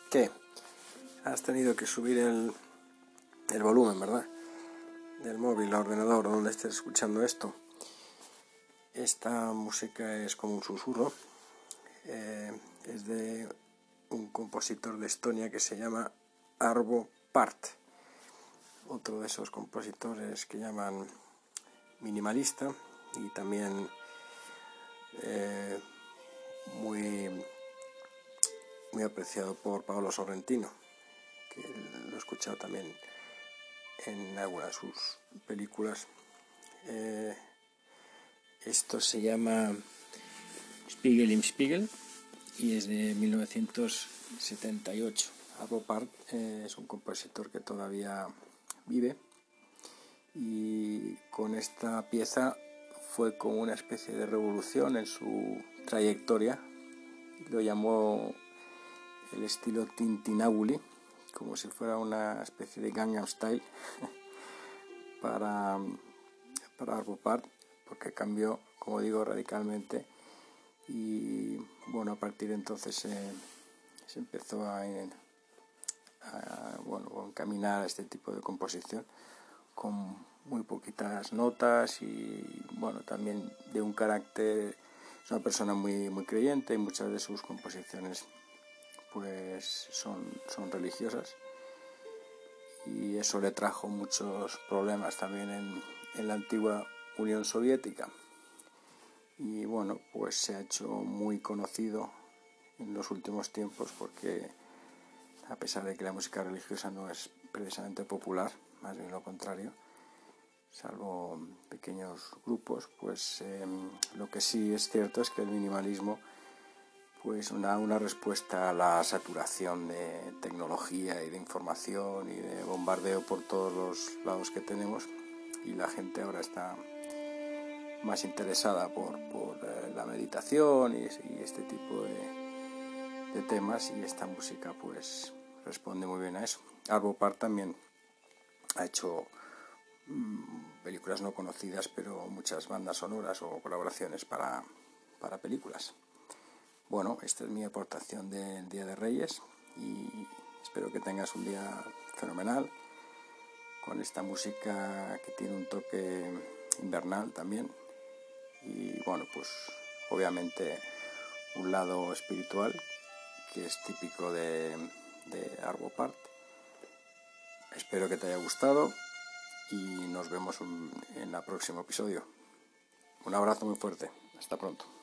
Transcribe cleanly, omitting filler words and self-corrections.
¿Qué? Has tenido que subir el volumen, ¿verdad? Del móvil, al ordenador, o donde estés escuchando esto. Esta música es como un susurro. Es de un compositor de Estonia que se llama Arvo Pärt. Otro de esos compositores que llaman minimalista y también muy apreciado por Paolo Sorrentino, que lo he escuchado también en algunas de sus películas. Esto se llama Spiegel im Spiegel y es de 1978. Arvo Pärt es un compositor que todavía vive y con esta pieza fue como una especie de revolución en su trayectoria. Lo llamó el estilo Tintinabuli, como si fuera una especie de Gangnam Style para Arvo Pärt, porque cambió, como digo, radicalmente. Y bueno, a partir de entonces se empezó a encaminar a este tipo de composición con muy poquitas notas y bueno, también de un carácter. Es una persona muy creyente y muchas de sus composiciones pues son religiosas, y eso le trajo muchos problemas también en la antigua Unión Soviética. Y bueno, pues se ha hecho muy conocido en los últimos tiempos porque, a pesar de que la música religiosa no es precisamente popular, más bien lo contrario, salvo pequeños grupos, pues lo que sí es cierto es que el minimalismo pues da una respuesta a la saturación de tecnología y de información y de bombardeo por todos los lados que tenemos, y la gente ahora está más interesada por la meditación y este tipo de temas, y esta música pues responde muy bien a eso. Arvo Pärt también ha hecho películas no conocidas, pero muchas bandas sonoras o colaboraciones para películas. Bueno, esta es mi aportación del Día de Reyes y espero que tengas un día fenomenal con esta música que tiene un toque invernal también. Y bueno, pues obviamente un lado espiritual que es típico de Arvo Pärt. Espero que te haya gustado y nos vemos en el próximo episodio. Un abrazo muy fuerte. Hasta pronto.